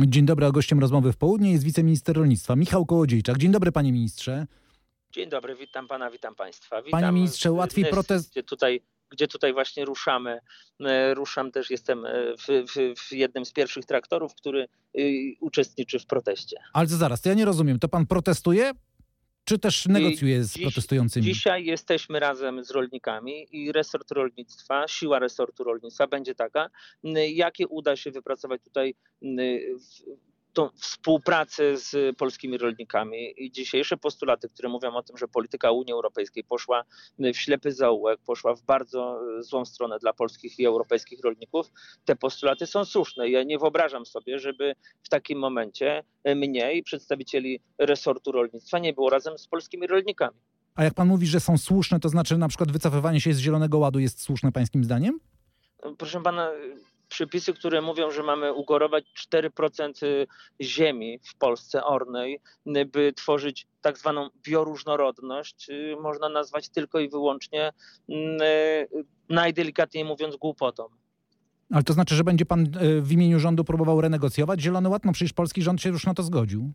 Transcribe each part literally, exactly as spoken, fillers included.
Dzień dobry, a gościem rozmowy w południe jest wiceminister rolnictwa Michał Kołodziejczak. Dzień dobry, panie ministrze. Dzień dobry, witam pana, witam państwa. Witam Panie ministrze, łatwiej protest... Gdzie tutaj, gdzie tutaj właśnie ruszamy. Ruszam też, jestem w, w, w jednym z pierwszych traktorów, który uczestniczy w proteście. Ale to zaraz, to ja nie rozumiem. To pan protestuje, czy też negocjuje z Dziś, protestującymi? Dzisiaj jesteśmy razem z rolnikami i resort rolnictwa, siła resortu rolnictwa będzie taka, jakie uda się wypracować tutaj tą współpracę z polskimi rolnikami. I dzisiejsze postulaty, które mówią o tym, że polityka Unii Europejskiej poszła w ślepy zaułek, poszła w bardzo złą stronę dla polskich i europejskich rolników, te postulaty są słuszne. Ja nie wyobrażam sobie, żeby w takim momencie mnie i przedstawicieli resortu rolnictwa nie było razem z polskimi rolnikami. A jak pan mówi, że są słuszne, to znaczy na przykład wycofywanie się z Zielonego Ładu jest słuszne pańskim zdaniem? Proszę pana, przepisy, które mówią, że mamy ugorować cztery procent ziemi w Polsce ornej, by tworzyć tak zwaną bioróżnorodność, można nazwać tylko i wyłącznie, najdelikatniej mówiąc, głupotą. Ale to znaczy, że będzie pan w imieniu rządu próbował renegocjować Zielony Ład? No przecież polski rząd się już na to zgodził.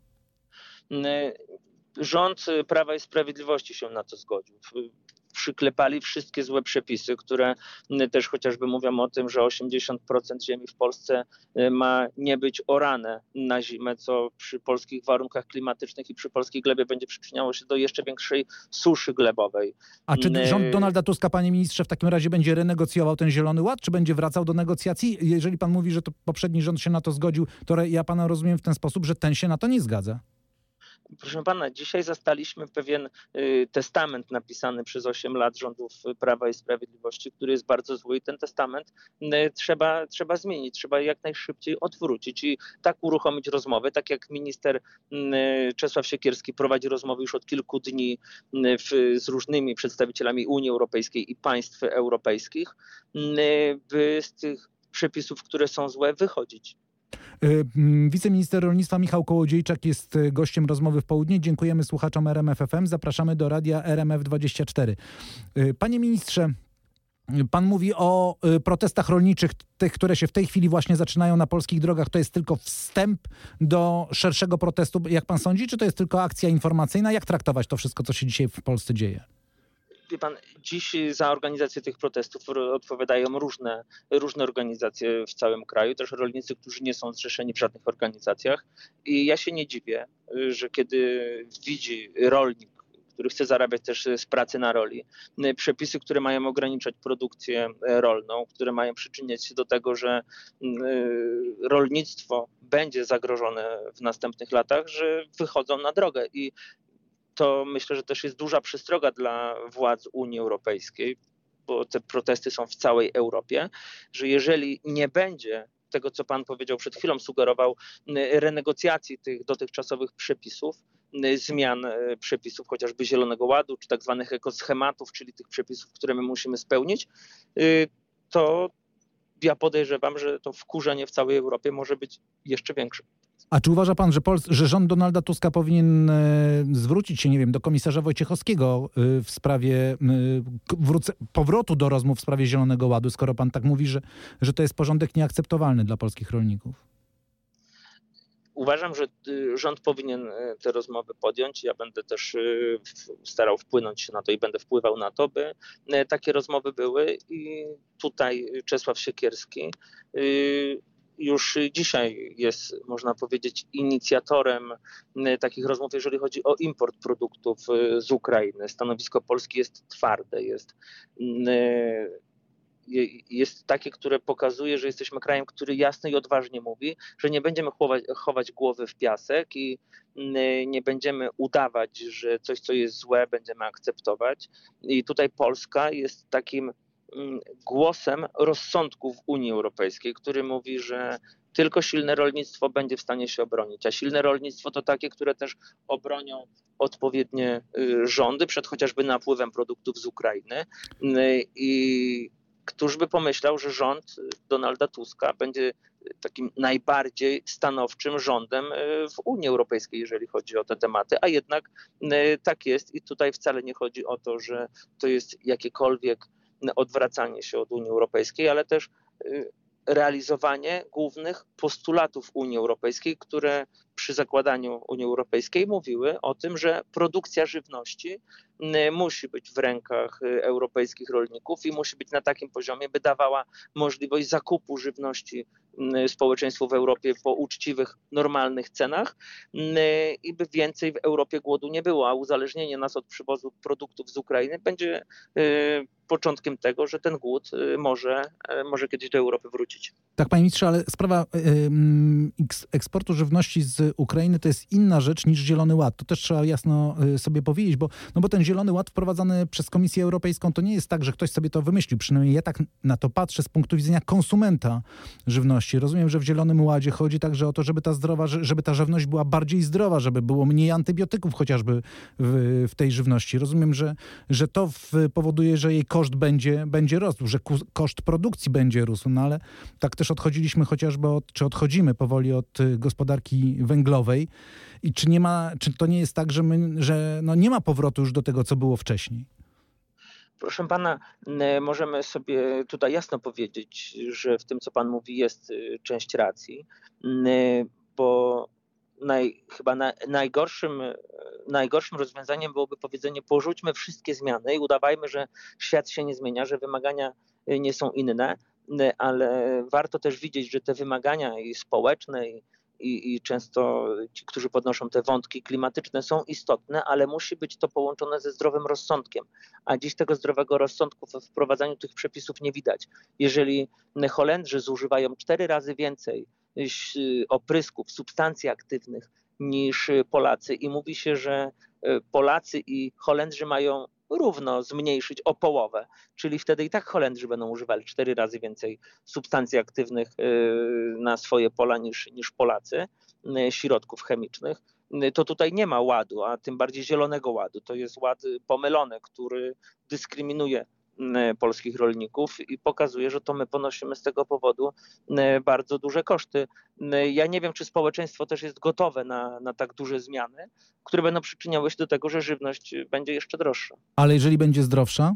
Rząd Prawa i Sprawiedliwości się na to zgodził. Przyklepali wszystkie złe przepisy, które też chociażby mówią o tym, że osiemdziesiąt procent ziemi w Polsce ma nie być orane na zimę, co przy polskich warunkach klimatycznych i przy polskiej glebie będzie przyczyniało się do jeszcze większej suszy glebowej. A czy rząd Donalda Tuska, panie ministrze, w takim razie będzie renegocjował ten Zielony Ład, czy będzie wracał do negocjacji? Jeżeli pan mówi, że to poprzedni rząd się na to zgodził, to ja pana rozumiem w ten sposób, że ten się na to nie zgadza. Proszę pana, dzisiaj zastaliśmy pewien y, testament napisany przez osiem lat rządów Prawa i Sprawiedliwości, który jest bardzo zły i ten testament y, trzeba, trzeba zmienić, trzeba jak najszybciej odwrócić i tak uruchomić rozmowy, tak jak minister y, Czesław Siekierski prowadzi rozmowy już od kilku dni y, w, z różnymi przedstawicielami Unii Europejskiej i państw europejskich, y, by z tych przepisów, które są złe, wychodzić. Wiceminister rolnictwa Michał Kołodziejczak jest gościem rozmowy w południe. Dziękujemy słuchaczom R M F F M. Zapraszamy do radia R M F dwadzieścia cztery. Panie ministrze, pan mówi o protestach rolniczych, tych, które się w tej chwili właśnie zaczynają na polskich drogach. To jest tylko wstęp do szerszego protestu, jak pan sądzi? Czy to jest tylko akcja informacyjna? Jak traktować to wszystko, co się dzisiaj w Polsce dzieje? Wie pan, dziś za organizację tych protestów odpowiadają różne, różne organizacje w całym kraju, też rolnicy, którzy nie są zrzeszeni w żadnych organizacjach. I ja się nie dziwię, że kiedy widzi rolnik, który chce zarabiać też z pracy na roli, przepisy, które mają ograniczać produkcję rolną, które mają przyczyniać się do tego, że rolnictwo będzie zagrożone w następnych latach, że wychodzą na drogę. I to myślę, że też jest duża przestroga dla władz Unii Europejskiej, bo te protesty są w całej Europie, że jeżeli nie będzie tego, co pan powiedział przed chwilą, sugerował, renegocjacji tych dotychczasowych przepisów, zmian przepisów chociażby Zielonego Ładu, czy tak zwanych ekoschematów, czyli tych przepisów, które my musimy spełnić, to ja podejrzewam, że to wkurzenie w całej Europie może być jeszcze większe. A czy uważa pan, że, Pols- że rząd Donalda Tuska powinien e, zwrócić się, nie wiem, do komisarza Wojciechowskiego e, w sprawie e, wróce- powrotu do rozmów w sprawie Zielonego Ładu, skoro pan tak mówi, że, że to jest porządek nieakceptowalny dla polskich rolników? Uważam, że rząd powinien te rozmowy podjąć. Ja będę też starał wpłynąć na to i będę wpływał na to, by takie rozmowy były. I tutaj Czesław Siekierski już dzisiaj jest, można powiedzieć, inicjatorem takich rozmów, jeżeli chodzi o import produktów z Ukrainy. Stanowisko Polski jest twarde, jest, jest takie, które pokazuje, że jesteśmy krajem, który jasno i odważnie mówi, że nie będziemy chować, chować głowy w piasek i nie będziemy udawać, że coś, co jest złe, będziemy akceptować. I tutaj Polska jest takim głosem rozsądku w Unii Europejskiej, który mówi, że tylko silne rolnictwo będzie w stanie się obronić, a silne rolnictwo to takie, które też obronią odpowiednie rządy przed chociażby napływem produktów z Ukrainy. I któż by pomyślał, że rząd Donalda Tuska będzie takim najbardziej stanowczym rządem w Unii Europejskiej, jeżeli chodzi o te tematy, a jednak tak jest i tutaj wcale nie chodzi o to, że to jest jakiekolwiek odwracanie się od Unii Europejskiej, ale też realizowanie głównych postulatów Unii Europejskiej, które przy zakładaniu Unii Europejskiej mówiły o tym, że produkcja żywności musi być w rękach europejskich rolników i musi być na takim poziomie, by dawała możliwość zakupu żywności społeczeństwu w Europie po uczciwych, normalnych cenach i by więcej w Europie głodu nie było, a uzależnienie nas od przywozu produktów z Ukrainy będzie początkiem tego, że ten głód może, może kiedyś do Europy wrócić. Tak, panie ministrze, ale sprawa eksportu żywności z Ukrainy to jest inna rzecz niż Zielony Ład. To też trzeba jasno sobie powiedzieć, bo, no bo ten Zielony Ład wprowadzany przez Komisję Europejską to nie jest tak, że ktoś sobie to wymyślił. Przynajmniej ja tak na to patrzę z punktu widzenia konsumenta żywności. Rozumiem, że w Zielonym Ładzie chodzi także o to, żeby ta zdrowa, żeby ta żywność była bardziej zdrowa, żeby było mniej antybiotyków chociażby w, w tej żywności. Rozumiem, że, że to powoduje, że jej koszt będzie, będzie rósł, że koszt produkcji będzie rósł, no ale tak też odchodziliśmy chociażby od, czy odchodzimy powoli od gospodarki węglowej i czy nie ma, czy to nie jest tak, że, my, że no nie ma powrotu już do tego, co było wcześniej? Proszę pana, możemy sobie tutaj jasno powiedzieć, że w tym, co pan mówi, jest część racji, bo naj, chyba na, najgorszym, najgorszym rozwiązaniem byłoby powiedzenie: porzućmy wszystkie zmiany i udawajmy, że świat się nie zmienia, że wymagania nie są inne, ale warto też widzieć, że te wymagania i społeczne, i, i, i często ci, którzy podnoszą te wątki klimatyczne, są istotne, ale musi być to połączone ze zdrowym rozsądkiem. A dziś tego zdrowego rozsądku w wprowadzaniu tych przepisów nie widać. Jeżeli Holendrzy zużywają cztery razy więcej oprysków, substancji aktywnych niż Polacy i mówi się, że Polacy i Holendrzy mają równo zmniejszyć o połowę, czyli wtedy i tak Holendrzy będą używali cztery razy więcej substancji aktywnych na swoje pola niż, niż Polacy, środków chemicznych, to tutaj nie ma ładu, a tym bardziej zielonego ładu. To jest ład pomylony, który dyskryminuje polskich rolników i pokazuje, że to my ponosimy z tego powodu bardzo duże koszty. Ja nie wiem, czy społeczeństwo też jest gotowe na, na tak duże zmiany, które będą przyczyniały się do tego, że żywność będzie jeszcze droższa. Ale jeżeli będzie zdrowsza?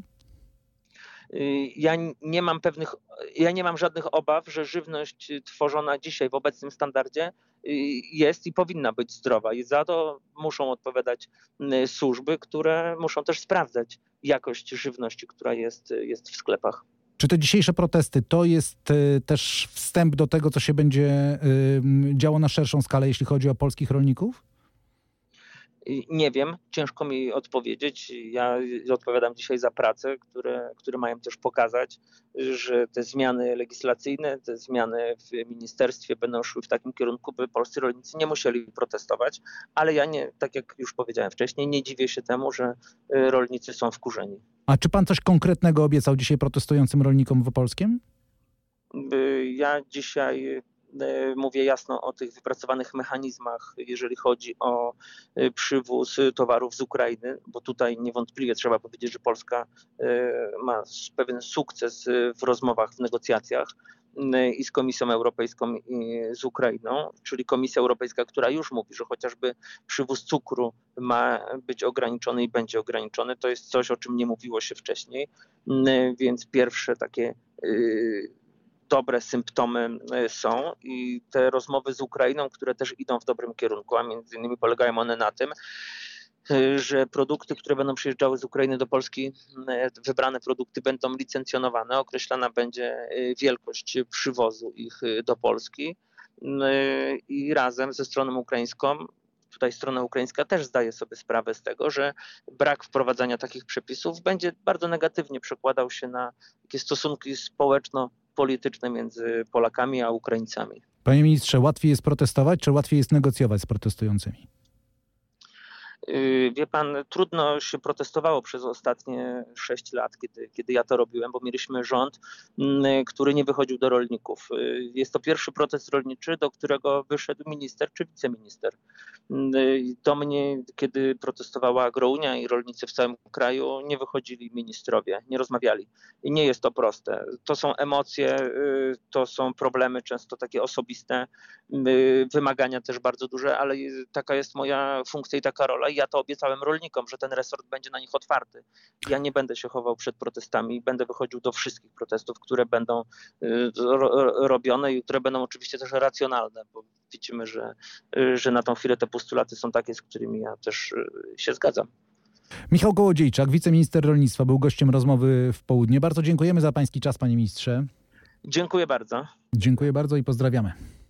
Ja nie mam pewnych, ja nie mam żadnych obaw, że żywność tworzona dzisiaj w obecnym standardzie jest i powinna być zdrowa. I za to muszą odpowiadać służby, które muszą też sprawdzać jakość żywności, która jest, jest w sklepach. Czy te dzisiejsze protesty to jest też wstęp do tego, co się będzie działo na szerszą skalę, jeśli chodzi o polskich rolników? Nie wiem, ciężko mi odpowiedzieć. Ja odpowiadam dzisiaj za pracę, które, które mają też pokazać, że te zmiany legislacyjne, te zmiany w ministerstwie będą szły w takim kierunku, by polscy rolnicy nie musieli protestować, ale ja nie, tak jak już powiedziałem wcześniej, nie dziwię się temu, że rolnicy są wkurzeni. A czy pan coś konkretnego obiecał dzisiaj protestującym rolnikom w Opolskiem? Ja dzisiaj mówię jasno o tych wypracowanych mechanizmach, jeżeli chodzi o przywóz towarów z Ukrainy, bo tutaj niewątpliwie trzeba powiedzieć, że Polska ma pewien sukces w rozmowach, w negocjacjach i z Komisją Europejską, i z Ukrainą, czyli Komisja Europejska, która już mówi, że chociażby przywóz cukru ma być ograniczony i będzie ograniczony. To jest coś, o czym nie mówiło się wcześniej, więc pierwsze takie dobre symptomy są i te rozmowy z Ukrainą, które też idą w dobrym kierunku, a między innymi polegają one na tym, że produkty, które będą przyjeżdżały z Ukrainy do Polski, wybrane produkty będą licencjonowane, określana będzie wielkość przywozu ich do Polski i razem ze stroną ukraińską, tutaj strona ukraińska też zdaje sobie sprawę z tego, że brak wprowadzania takich przepisów będzie bardzo negatywnie przekładał się na takie stosunki społeczno-polityczne między Polakami a Ukraińcami. Panie ministrze, łatwiej jest protestować, czy łatwiej jest negocjować z protestującymi? Wie pan, trudno się protestowało przez ostatnie sześć lat, kiedy, kiedy ja to robiłem, bo mieliśmy rząd, który nie wychodził do rolników. Jest to pierwszy protest rolniczy, do którego wyszedł minister czy wiceminister. Do mnie, kiedy protestowała Agrounia i rolnicy w całym kraju, nie wychodzili ministrowie, nie rozmawiali. I nie jest to proste. To są emocje, to są problemy często takie osobiste, wymagania też bardzo duże, ale taka jest moja funkcja i taka rola. i ja to obiecałem rolnikom, że ten resort będzie na nich otwarty. Ja nie będę się chował przed protestami, będę wychodził do wszystkich protestów, które będą ro- robione i które będą oczywiście też racjonalne, bo widzimy, że, że na tą chwilę te postulaty są takie, z którymi ja też się zgadzam. Michał Kołodziejczak, wiceminister rolnictwa, był gościem rozmowy w południe. Bardzo dziękujemy za pański czas, panie ministrze. Dziękuję bardzo. Dziękuję bardzo i pozdrawiamy.